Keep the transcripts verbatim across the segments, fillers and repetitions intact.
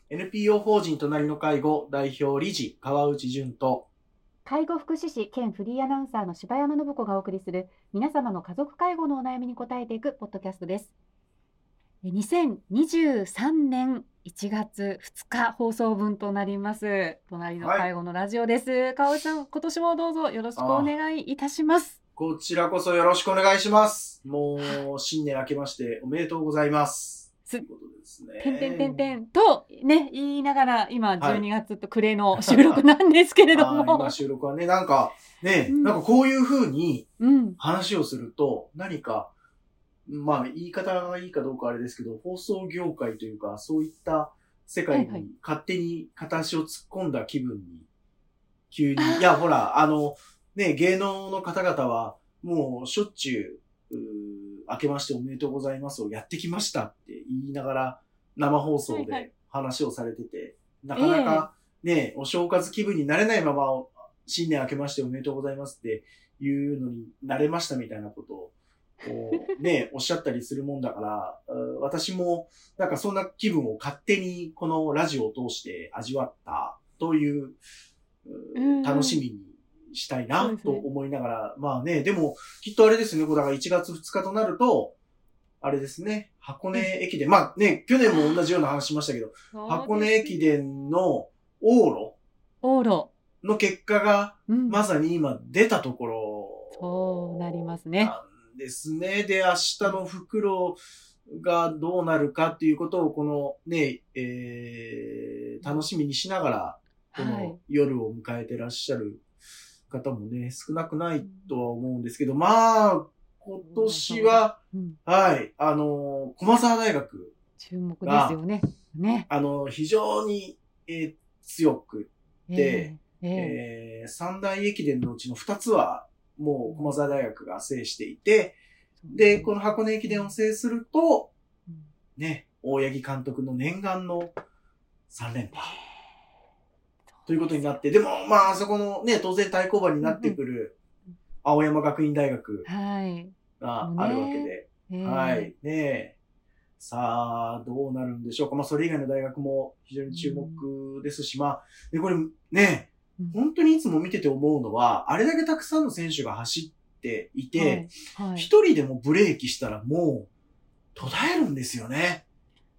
エヌピーオー 法人隣の介護代表理事川内淳と介護福祉士兼フリーアナウンサーの柴山信子がお送りする皆様の家族介護のお悩みに答えていくポッドキャストです。にせんにじゅうさんねんいちがつふつか放送分となります隣の介護のラジオです、はい、川内さん、今年もどうぞよろしくお願いいたします。 こちらこそよろしくお願いします。もう新年明けましておめでとうございます。 ということですね。てんてんてんてんとね言いながら今じゅうにがつと暮れの収録なんですけれども、 はい、今収録はねなんかね、うん、なんかこういう風に話をすると、うん、何かまあ言い方がいいかどうかあれですけど、放送業界というかそういった世界に勝手に片足を突っ込んだ気分に急に、はいはい、いやほらあのね芸能の方々はもうしょっちゅう、う明けましておめでとうございますをやってきましたって言いながら生放送で話をされてて、はいはい、なかなかね、えー、お正月気分になれないまま新年明けましておめでとうございますっていうのに慣れましたみたいなことをね、おっしゃったりするもんだから、私もなんかそんな気分を勝手にこのラジオを通して味わったという楽しみにしたいなと思いながら、ね、まあね、でもきっとあれですね、だからいちがつふつかとなると、あれですね、箱根駅伝、うん、まあね、去年も同じような話しましたけど、箱根駅伝の往路往路の結果がまさに今出たところ、 うん、そうなりますね。 ですね。で、明日の袋がどうなるかっていうことをこのね、えー、楽しみにしながら、この夜を迎えてらっしゃる方もね、少なくないとは思うんですけど、まあ、今年は、うん、はい、あの、駒澤大学注目ですよね。ね。 あの、非常に、えー、強くて、えーえー、三大駅伝のうちの二つは、もう駒澤大学が制していて、で、この箱根駅伝を制すると、ね、大八木監督の念願のさん連覇ということになって、でもまああそこのね、当然対抗馬になってくる青山学院大学があるわけで、はい、ね、さあどうなるんでしょうか。まあそれ以外の大学も非常に注目ですし、まあでこれね。本当にいつも見てて思うのは、あれだけたくさんの選手が走っていて、一、はいはい、人でもブレーキしたらもう途絶えるんですよね。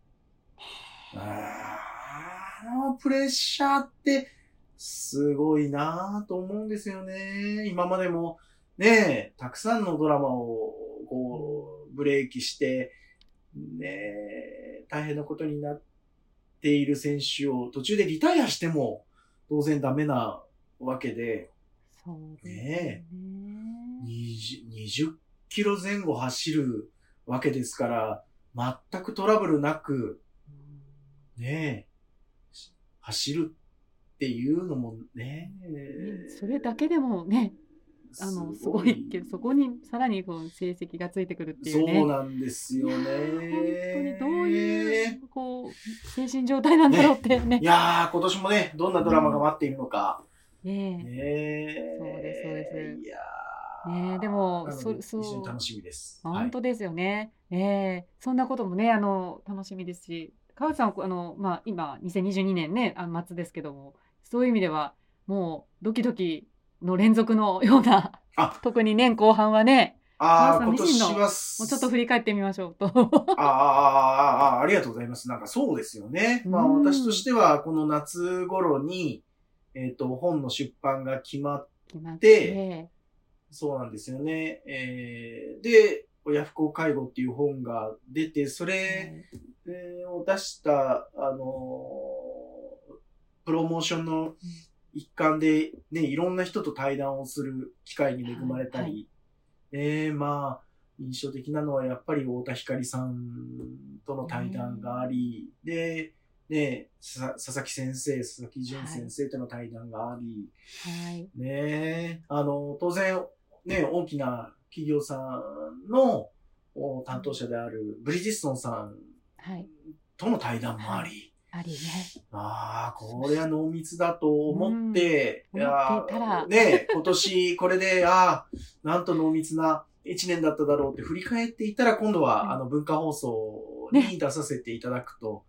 あのプレッシャーってすごいなぁと思うんですよね。今までもね、たくさんのドラマをこうブレーキしてね、大変なことになっている選手を途中でリタイアしても当然ダメなわけで、 そうですね、にじゅっキロ前後走るわけですから、全くトラブルなく、ね、走るっていうのもね、 それだけでもね、あのすごいけど、そこにさらにこう成績がついてくるっていうね。 そうなんですよね。 本当にどういうこう精神状態なんだろうってね。ねいやー、今年もね、どんなドラマが待っているのか。 うん、ねえ。 ねそうですそうです。 いやー。ねでもそそう非常に楽しみです。 本当ですよね。はい、えー、そんなこともねあの楽しみですし、川内さんあのまあ今にせんにじゅうにねんねあの末ですけども、そういう意味ではもうドキドキの連続のような、特に年後半はね、 あ川内さん自身の今年はもうちょっと振り返ってみましょうと。 ああ、ありがとうございます。なんかそうですよね。まあ私としてはこの夏頃に、えっと、本の出版が決まって、ってそうなんですよね。えー、で、親不孝介護っていう本が出て、それを出した、あの、プロモーションの一環でね、いろんな人と対談をする機会に恵まれたり、はいはい、えー、まあ、印象的なのはやっぱり太田光さんとの対談があり、で、ね、佐々木先生、佐々木淳先生との対談があり、はい、ね、あの、当然、ね、大きな企業さんの担当者であるブリヂストンさんとの対談もあり、はいありね。 ああ、これは濃密だと思って、 うん、思ってたらね、今年これで、ああ、なんと濃密な一年だっただろうって振り返っていたら、今度は、はい、あの文化放送に出させていただくと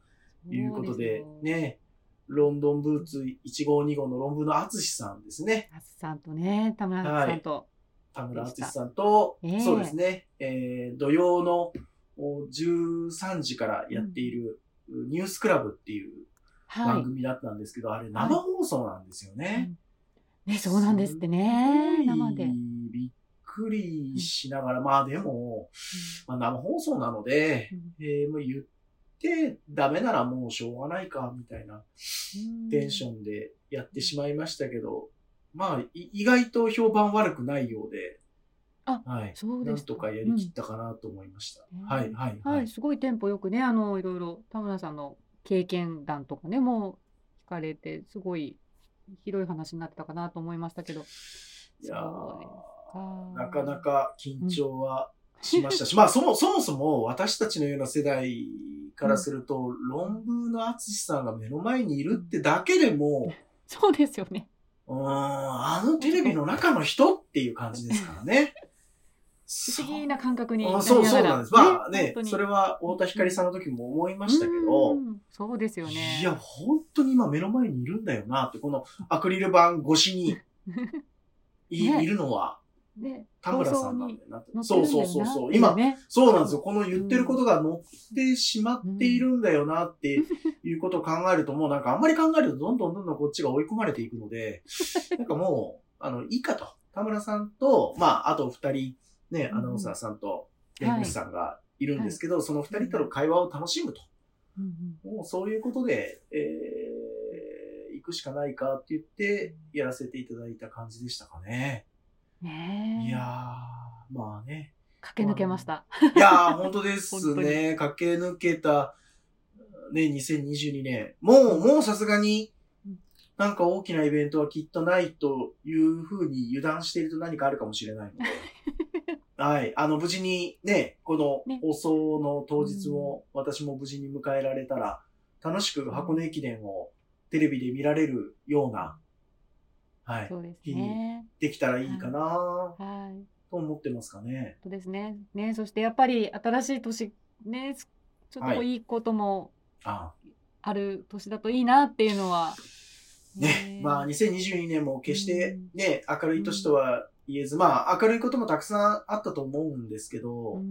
いうことで、ね、ロンドンブーツいち号に号の論文の淳さんですね。 淳さんとね、田村さんと。はい、 田村淳さんと、えー、そうですね、えー、土曜のじゅうさんじからやっているニュースクラブっていう番組だったんですけど、はい、あれ生放送なんですよね。はい、 ね、そうなんですってね。生で。 びっくりしながら、うん、まあでも、うん、まあ、生放送なので、うん、えー、もう言ってダメならもうしょうがないか、みたいなテンションでやってしまいましたけど、まあ意外と評判悪くないようで、 あ、 はい。 そうですか。 なんとかやりきったかなと思いました。うん、はい、はい、 はい。すごいテンポよくね、あの、いろいろ田村さんの経験談とかね、もう聞かれて、すごい広い話になってたかなと思いましたけど。 いやー、なかなか緊張はしましたし、うん、まあそも、そもそも私たちのような世代からすると、うん、論文の淳さんが目の前にいるってだけでも、うん、 そうですよね。 うん、あのテレビの中の人っていう感じですからね。 不思議な感覚になりなそう、そうなんです。まあね、それは太田光さんの時も思いましたけど、 うん、そうですよね。 いや、本当に今目の前にいるんだよなって、このアクリル板越しにい, ね、いるのは、ね、田村さんなんだよなって。そうそうそうそう。今、ね、そうなんですよ。この言ってることが乗ってしまっているんだよなっていうことを考えると、もうなんかあんまり考えるとどんどんどんどんこっちが追い込まれていくので、なんかもう、あの、いいかと。田村さんと、まあ、あと二人、ね、アナウンサーさんと弁護士さんがいるんですけど、はい、その二人との会話を楽しむと。うんうん、もうそういうことで、えー、行くしかないかって言ってやらせていただいた感じでしたかね。 ねいやー、まあね。 駆け抜けました。 いやー、本当ですね。駆け抜けた、ね、にせんにじゅうにねん。もう、もうさすがに、なんか大きなイベントはきっとないというふうに油断していると何かあるかもしれないので。はい。あの、無事にね、この放送の当日も私も無事に迎えられたら、楽しく箱根駅伝をテレビで見られるような、はい。 そうですね。 できたらいいかな、はい、と思ってますかね。 そうですね。ね、そしてやっぱり新しい年、ね、ちょっといいこともある年だといいなっていうのは。 ね、まあにせんにじゅうにねんも決してね、うん、明るい年とは言えず、まあ明るいこともたくさんあったと思うんですけど、うん、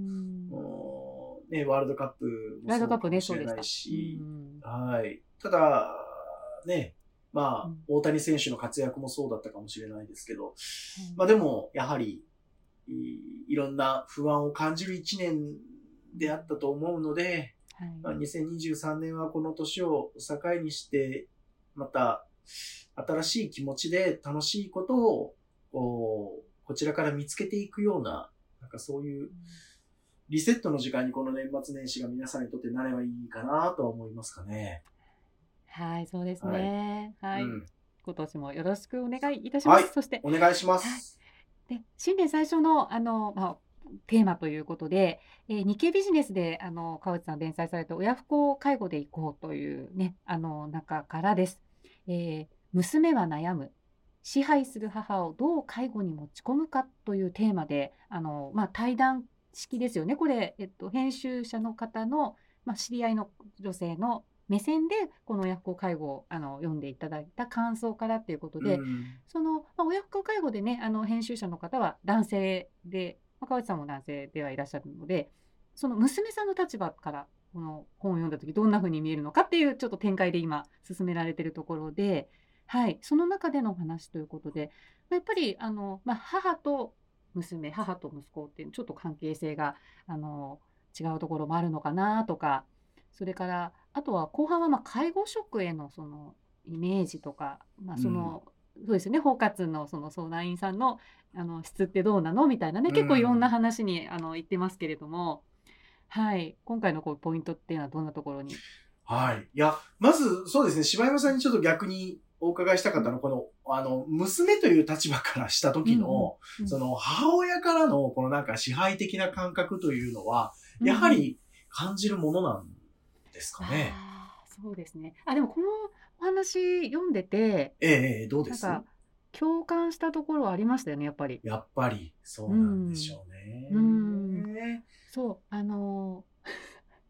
ね、ワールドカップもそうかもしれないし、はい。ただ、ね、まあ、うん、大谷選手の活躍もそうだったかもしれないですけど、うん、まあでも、やはりい、いろんな不安を感じる一年であったと思うので、はい、まあ、にせんにじゅうさんねんはこの年を境にして、また、新しい気持ちで楽しいことをこちらから見つけていくような、なんかそういうリセットの時間にこの年末年始が皆さんにとってなればいいかなとは思いますかね。 はい、そうですね。はい。はい、うん、今年もよろしくお願いいたします。はい、そしてお願いします。 はい、で新年最初のあの、まあ、テーマということで、えー、日経ビジネスであの川内さん連載された親不孝介護でいこうというねあの中からです。えー、娘は悩む支配する母をどう介護に持ち込むかというテーマであの、まあ、対談式ですよね。これ、えっと、編集者の方の、まあ、知り合いの女性の目線でこの親不孝介護をあの読んでいただいた感想からということで、うん、その、まあ、親不孝介護でねあの編集者の方は男性で、まあ、川内さんも男性ではいらっしゃるので、その娘さんの立場からこの本を読んだ時どんな風に見えるのかっていうちょっと展開で今進められているところで、はい、その中での話ということで、やっぱりあの、まあ、母と娘母と息子っていうちょっと関係性があの違うところもあるのかなとか、それからあとは後半はまあ介護職へのそのイメージとか、まあそのうん、そうですよね、包括のその相談員さんのあの質ってどうなのみたいなね、結構いろんな話にあの言ってますけれども、はい、今回のこうポイントっていうのはどんなところに。 はい。いや、まずそうですね、柴山さんにちょっと逆にお伺いしたかったのは、この、あの、娘という立場からした時の、うんうん、その母親からのこのなんか支配的な感覚というのは、やはり感じるものなんですかね。 うん、あ、そうですね。あ、でもこのお話読んでて、 ええ、どうです？ なんか共感したところはありましたよね、やっぱり。 やっぱりそうなんでしょうね。 うん、うん、そう、あの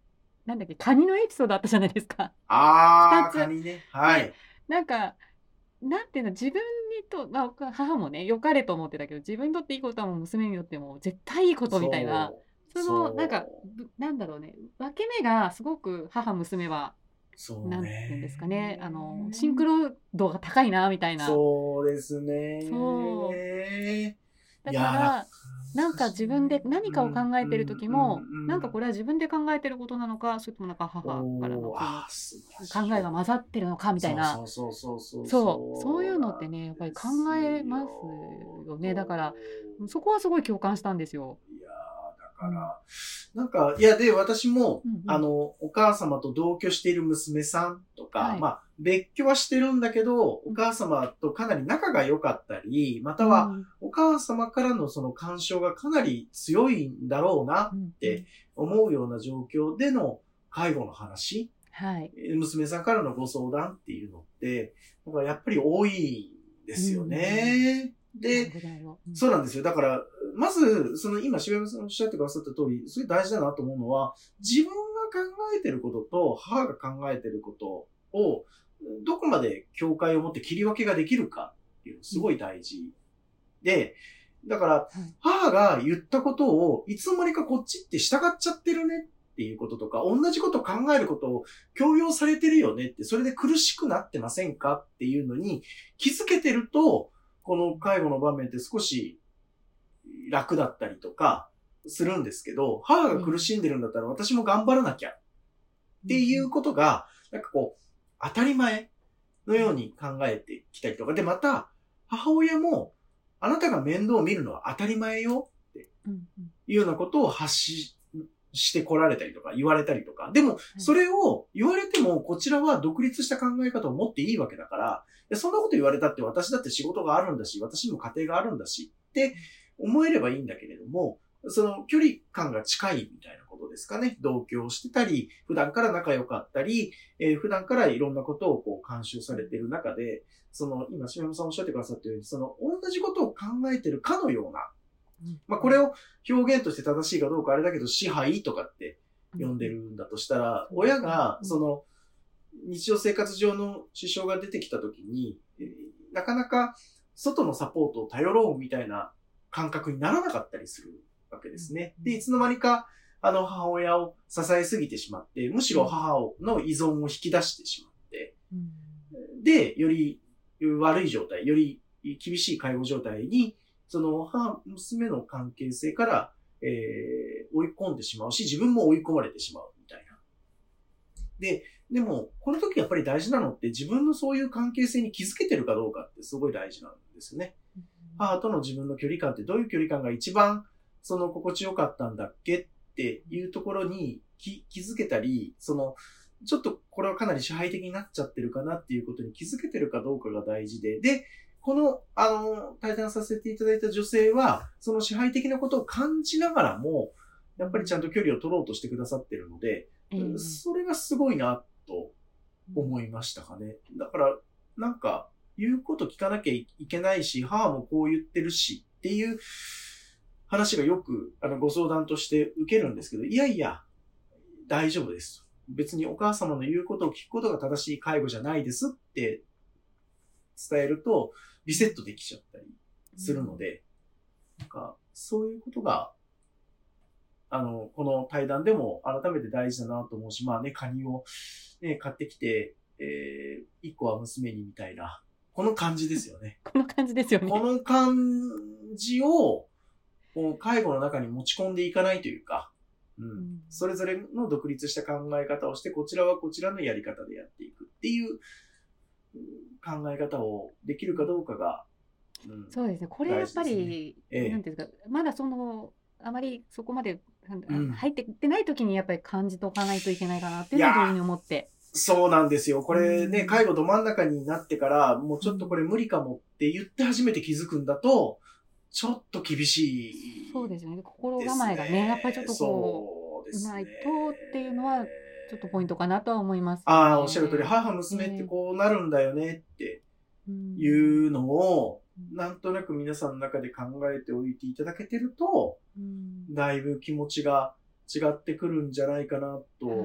なんだっけ、カニのエピソードあったじゃないですか。 ああ、 二つ。 カニね。はい。 なんか、なんていうの、自分にと、まあ、母もね、良かれと思ってたけど、自分にとっていいことはもう娘にとっても絶対いいことみたいな、 そう、 その、なんか、 そう、 ぶなんだろうね、分け目がすごく母、娘は、 そうなんていうんですかね、あの、シンね。 クロ度が高いな、みたいな。 そうですそう。 ね。いだやー、なんかから、なんか難しいね。 自分で何かをうん、うん、 考えてる時うん、 も、なんかうん。 これは自分で考えてることなのか、それともなんか母からのおー、 そのあー、素晴ら考しい表現。 えが混ざってるのかみたいな。 そうそうそうそうそうそう、そういそううのってね、やっぱり考なんですえますよ。 よね。だから、 そそこはすごい共感したんですよ。 う。いやー、だうん。 から、なんか、いや、で、私も、 うんうん。 あの、お母様と同居している娘さんとか、 はい。 まあ、別居はしてるんだけど、おうん。 母様とかなり仲が良かったり、または、 うん。 お母様からのその干渉がかなり強いんだろうなうんって思うような状況での介護の話、 はい。 娘さんからのご相談っていうのって、なんかやっぱり多いんでうんすようんうん。 ね。 なるで、 ほどなるほど。うん。 そうなんですよ。だから、まず、その今、柴山さんおっしゃってくださった通り、それ大事だなと思うのは、自分が考えてることと母が考えてることを、どこまで境界を持って切り分けができるかっていうのすごい大事で、だから、 はい。 母が言ったことを、いつの間にかこっちって従っちゃってるねっていうこととか、同じことを考えることを強要されてるよねって、それで苦しくなってませんかっていうのに気づけてると、この介護の場面って少し楽だったりとかするんですけど、母が苦しんでるんだったら私も頑張らなきゃっていうことが、なんかこう、当たり前のように考えてきたりとか、で、また、母親も、あなたが面倒を見るのは当たり前よっていうようなことを発し、してこられたりとか言われたりとか。でも、それを言われても、こちらは独立した考え方を持っていいわけだから、そんなこと言われたって私だって仕事があるんだし、私にも家庭があるんだしって思えればいいんだけれども、その距離感が近いみたいなことですかね。同居をしてたり、普段から仲良かったり、えー、普段からいろんなことをこう監修されている中で、その今、島山さんおっしゃってくださったように、その同じことを考えてるかのような、まあこれを表現として正しいかどうかあれだけど、支配とかって呼んでるんだとしたら、親がその日常生活上の支障が出てきたときに、なかなか外のサポートを頼ろうみたいな感覚にならなかったりするわけですね。で、いつの間にか、あの母親を支えすぎてしまって、むしろ母の依存を引き出してしまって、で、より悪い状態、より厳しい介護状態に、その母、娘の関係性から、えー、追い込んでしまうし、自分も追い込まれてしまうみたいな。で、でも、この時やっぱり大事なのって自分のそういう関係性に気づけてるかどうかってすごい大事なんですよね。うん、母との自分の距離感ってどういう距離感が一番その心地よかったんだっけっていうところに気、気づけたり、その、ちょっとこれはかなり支配的になっちゃってるかなっていうことに気づけてるかどうかが大事で、で、この、あの、対談させていただいた女性は、その支配的なことを感じながらも、やっぱりちゃんと距離を取ろうとしてくださってるので、うん、それがすごいな、と思いましたかね。だから、なんか、言うこと聞かなきゃいけないし、母もこう言ってるし、っていう話がよく、あの、ご相談として受けるんですけど、いやいや、大丈夫です。別にお母様の言うことを聞くことが正しい介護じゃないですって伝えると、リセットできちゃったりするので、うん、なんか、そういうことが、あの、この対談でも改めて大事だなと思うし、まあね、カニをね、買ってきて、えー、一個は娘にみたいな、この感じですよね。 この感じですよね。 この感じを、介護の中に持ち込んでいかないというか、うんうん、それぞれの独立した考え方をして、こちらはこちらのやり方でやっていくっていう考え方をできるかどうかが、 うん、そうですね。これやっぱり、ね、ええ、なんていうんですか、まだその、あまりそこまで、うん、入っていってない時にやっぱり感じとかないといけないかなっていうのは同時に思って。 そうなんですよ。これね、うん、介護ど真ん中になってから、もうちょっとこれ無理かもって言って初めて気づくんだと、ちょっと厳しい、ね。 そうですよね。心構えがね、やっぱりちょっとこう、うないとっていうのは、ちょっとポイントかなとは思います、ね。 ああ、おっしゃる通り、母、娘ってこうなるんだよねっていうのを、なんとなく皆さんの中で考えておいていただけてると、だいぶ気持ちが違ってくるんじゃないかなと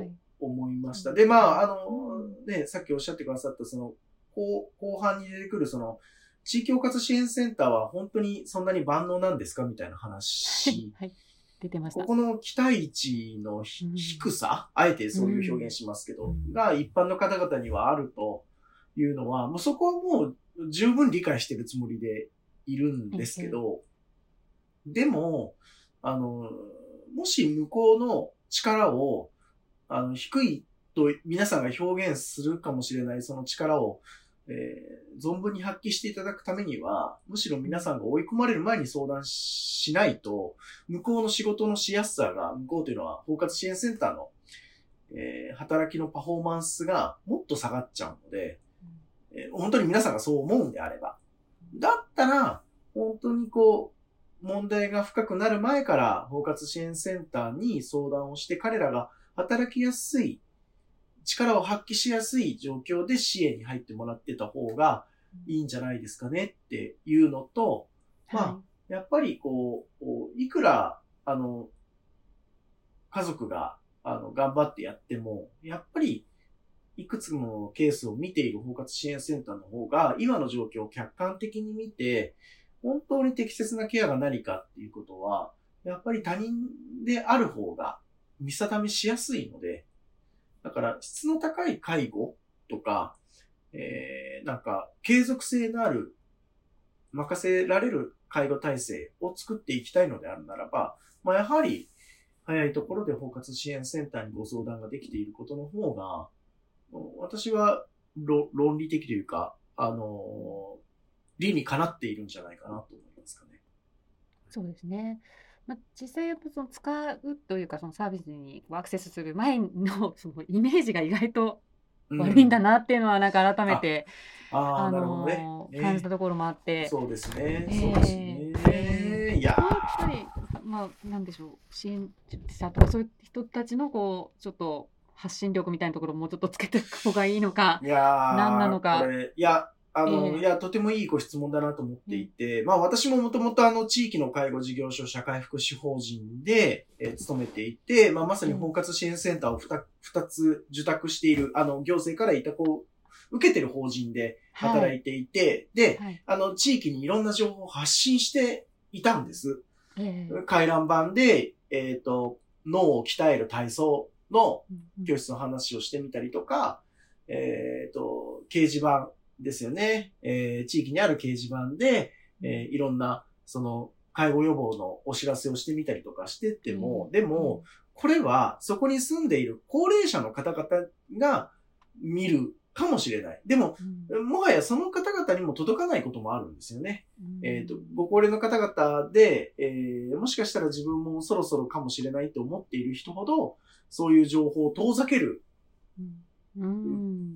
思いました。で、まあ、あの、ね、さっきおっしゃってくださった、その、後後半に出てくる、その、地域包括支援センターは本当にそんなに万能なんですかみたいな話。 はい。出てました。 ここの期待値の、うん、低さ、あえてそういう表現しますけど、うん、が一般の方々にはあるというのは、もうそこはもう十分理解してるつもりでいるんですけど、うん、でも、あの、もし向こうの力を、あの、低いと皆さんが表現するかもしれないその力を、えー、存分に発揮していただくためには、むしろ皆さんが追い込まれる前に相談しないと、向こうの仕事のしやすさが、向こうというのは包括支援センターの、えー、働きのパフォーマンスがもっと下がっちゃうので、えー、本当に皆さんがそう思うんであれば、だったら、本当にこう、問題が深くなる前から包括支援センターに相談をして、彼らが働きやすい、力を発揮しやすい状況で支援に入ってもらってた方がいいんじゃないですかねっていうのと、はい、まあ、やっぱりこう、いくら、あの、家族が、あの、頑張ってやっても、やっぱり、いくつものケースを見ている包括支援センターの方が、今の状況を客観的に見て、本当に適切なケアが何かっていうことは、やっぱり他人である方が見定めしやすいので、だから質の高い介護とか、えー、なんか継続性のある任せられる介護体制を作っていきたいのであるならば、まあやはり早いところで包括支援センターにご相談ができていることの方が、私は論理的というか、あの、理にかなっているんじゃないかなと思いますかね。 そうですね。まあ、実際やっぱその使うというか、そのサービスにアクセスする前のそのイメージが意外と悪いんだなっていうのはなんか改めて、 うん、ああ、 あなるほどね。 の、感じたところもあって。 そうですね。 えー、 そうですね。いややっぱり、まあ、なんでしょう、支援者とかそういう人たちのこう、ちょっと発信力みたいなところをもうちょっとつけていく方がいいのか、 いや何なのか。 これ、いや、あの、えー、いや、とてもいいご質問だなと思っていて、うん、まあ私ももともとあの地域の介護事業所社会福祉法人で、えー、勤めていて、まあまさに包括支援センターを 2, 2つ受託している、あの行政から委託を受けている法人で働いていて、はい、で、はい、あの地域にいろんな情報を発信していたんです。えー、回覧板で、えっと、脳を鍛える体操の教室の話をしてみたりとか、うんうん、えっと、掲示板、ですよね。えー、地域にある掲示板で、えー、いろんな、その、介護予防のお知らせをしてみたりとかしてっても、うん、でも、これは、そこに住んでいる高齢者の方々が見るかもしれない。でも、うん、もはやその方々にも届かないこともあるんですよね。うん、えっと、ご高齢の方々で、えー、もしかしたら自分もそろそろかもしれないと思っている人ほど、そういう情報を遠ざける。うんうん、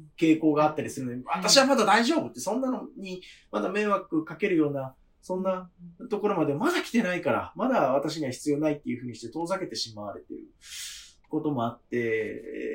傾向があったりするので、私はまだ大丈夫って、そんなのにまだ迷惑かけるような、そんなところまでまだ来てないから、まだ私には必要ないっていうふうにして遠ざけてしまわれていることもあって、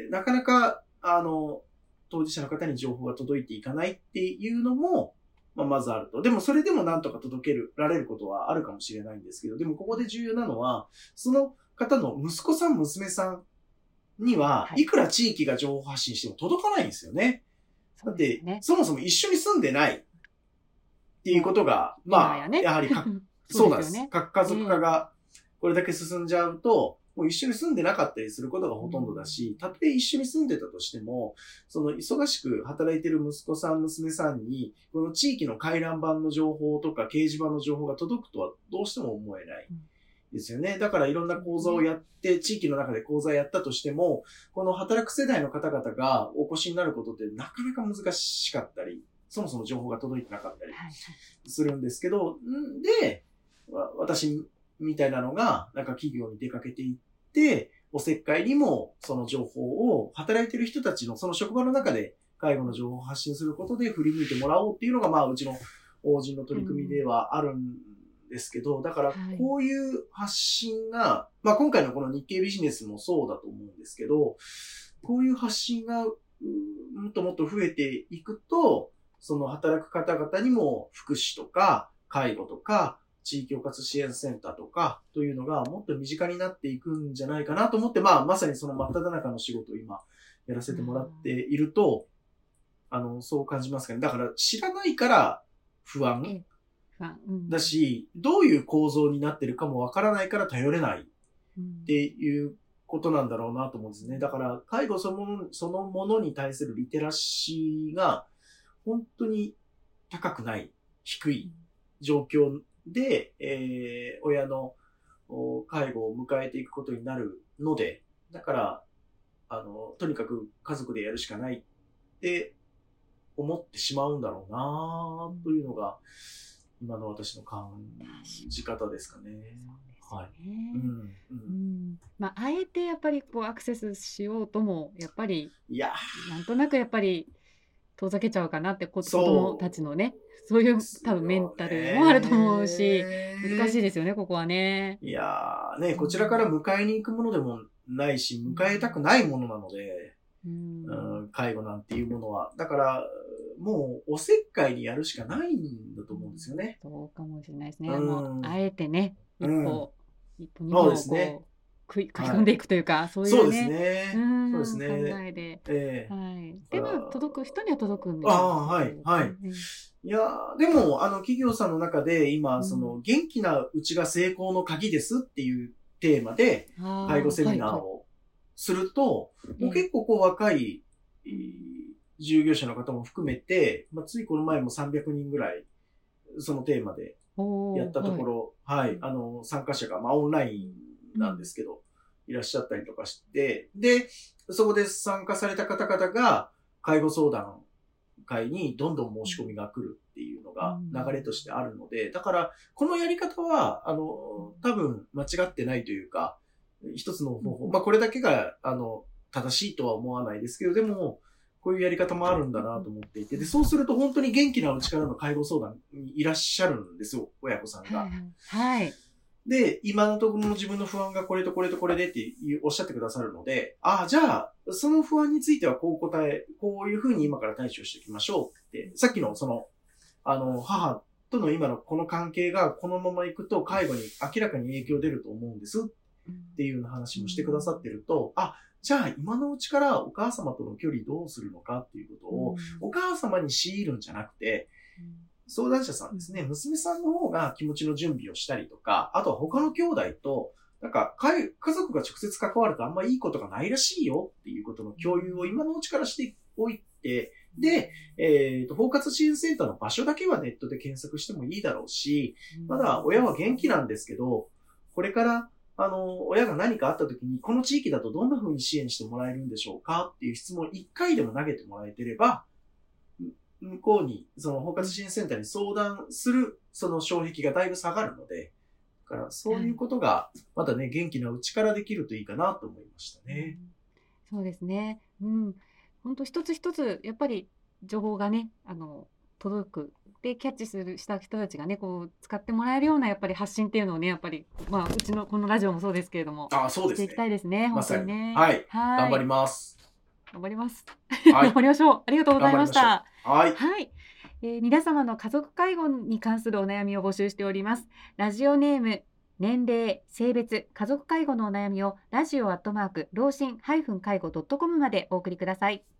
なかなか、あの、当事者の方に情報が届いていかないっていうのも、まあ、まずあると。でもそれでもなんとか届ける、られることはあるかもしれないんですけど、でもここで重要なのは、その方の息子さん、娘さん、には、いくら地域が情報発信しても届かないんですよね。だって、そもそも一緒に住んでないっていうことが、まあ、やはりか、そうなんです。核家族化がこれだけ進んじゃうと、もう一緒に住んでなかったりすることがほとんどだし、たとえ一緒に住んでたとしても、その忙しく働いてる息子さん、娘さんに、この地域の回覧板の情報とか掲示板の情報が届くとはどうしても思えない。ですよね。だからいろんな講座をやって、地域の中で講座やったとしても、この働く世代の方々がお越しになることってなかなか難しかったり、そもそも情報が届いてなかったりするんですけど、で、私みたいなのが、なんか企業に出かけていって、おせっかいにもその情報を働いてる人たちのその職場の中で介護の情報を発信することで振り向いてもらおうっていうのが、まあうちの法人の取り組みではあるんですけど、だからこういう発信が、まあ今回のこの日経ビジネスもそうだと思うんですけど、こういう発信がもっともっと増えていくと、その働く方々にも福祉とか介護とか地域包括支援センターとかというのがもっと身近になっていくんじゃないかなと思って、まあまさにその真っ只中の仕事を今やらせてもらっていると、あの、そう感じますかね。だから知らないから不安だし、どういう構造になってるかもわからないから頼れないっていうことなんだろうなと思うんですね。だから介護そのもの、そのものに対するリテラシーが本当に高くない、低い状況で、えー、親の介護を迎えていくことになるので、だから、あの、とにかく家族でやるしかないって思ってしまうんだろうなというのが、今の私の感じ方ですかね。はい。うんうん、 まあ、あえてやっぱりこうアクセスしようとも、やっぱり、 いやなんとなくやっぱり遠ざけちゃうかなって、子供たちのね、そういう多分メンタルもあると思うし、難しいですよね、ここはね。 いやーね、こちらから迎えに行くものでもないし、迎えたくないものなので、うんうん、介護なんていうものは。だから、もうおせっかいにやるしかないんだと思うんですよね。 そうかもしれないですね。うん、もうあえてね、一歩、うん、一歩二歩をこう、食い込んでいくというか、はい、そういうね、そうですね、うん、そうですね、考えで、えーはい、でも届く人には届くんですよ。 ああ、はいはい。うん、いやでもあの企業さんの中で今、その元気なうちが成功の鍵ですっていうテーマで介護セミナーをすると、はいはい、もう結構こう若い、えー、従業者の方も含めて、まあ、ついこの前もさんびゃくにんぐらいそのテーマでやったところ、はい、はい、あの参加者がまあオンラインなんですけど、うん、いらっしゃったりとかして、で、そこで参加された方々が介護相談会にどんどん申し込みが来るっていうのが流れとしてあるので、だからこのやり方は、あの、多分間違ってないというか、一つの方法、まあこれだけが、あの、正しいとは思わないですけど、でも、こういうやり方もあるんだなと思っていて、で、そうすると本当に元気なうちからの介護相談にいらっしゃるんですよ、親子さんが。 はい。 で、今のところの自分の不安がこれとこれとこれでっておっしゃってくださるので、ああ、じゃあ、その不安についてはこう答え、こういうふうに今から対処していきましょうって、さっきのその、あの、母との今のこの関係がこのままいくと介護に明らかに影響出ると思うんですっていうような話もしてくださってると、あ、じゃあ今のうちからお母様との距離どうするのかっていうことを、お母様に強いるんじゃなくて、相談者さんですね、娘さんの方が気持ちの準備をしたりとか、あとは他の兄弟と、なんか、家族が直接関わるとあんまいいことがないらしいよっていうことの共有を今のうちからしておいて、で、えっと、包括支援センターの場所だけはネットで検索してもいいだろうし、まだ親は元気なんですけど、これから、あの、親が何かあった時に、この地域だとどんな風に支援してもらえるんでしょうかっていう質問を一回でも投げてもらえてれば、向こうに、その包括支援センターに相談する、その障壁がだいぶ下がるので、だからそういうことが、またね、元気なうちからできるといいかなと思いましたね。 うん、そうですね。うん。本当一つ一つ、やっぱり情報がね、あの、届く。で、キャッチする、した人たちがね、こう、使ってもらえるような、やっぱり発信っていうのをね、やっぱり、まあ、うちのこのラジオもそうですけれども、 ああ、そうですね。 していきたいですね、本当にね。 はい。はい。頑張ります。 頑張ります。はい、頑張りましょう。ありがとうございました。 はい。 はい。えー、皆様の家族介護に関するお悩みを募集しております。ラジオネーム、年齢、性別、家族介護のお悩みをラジオアットマーク老人介護ドットコムまでお送りください。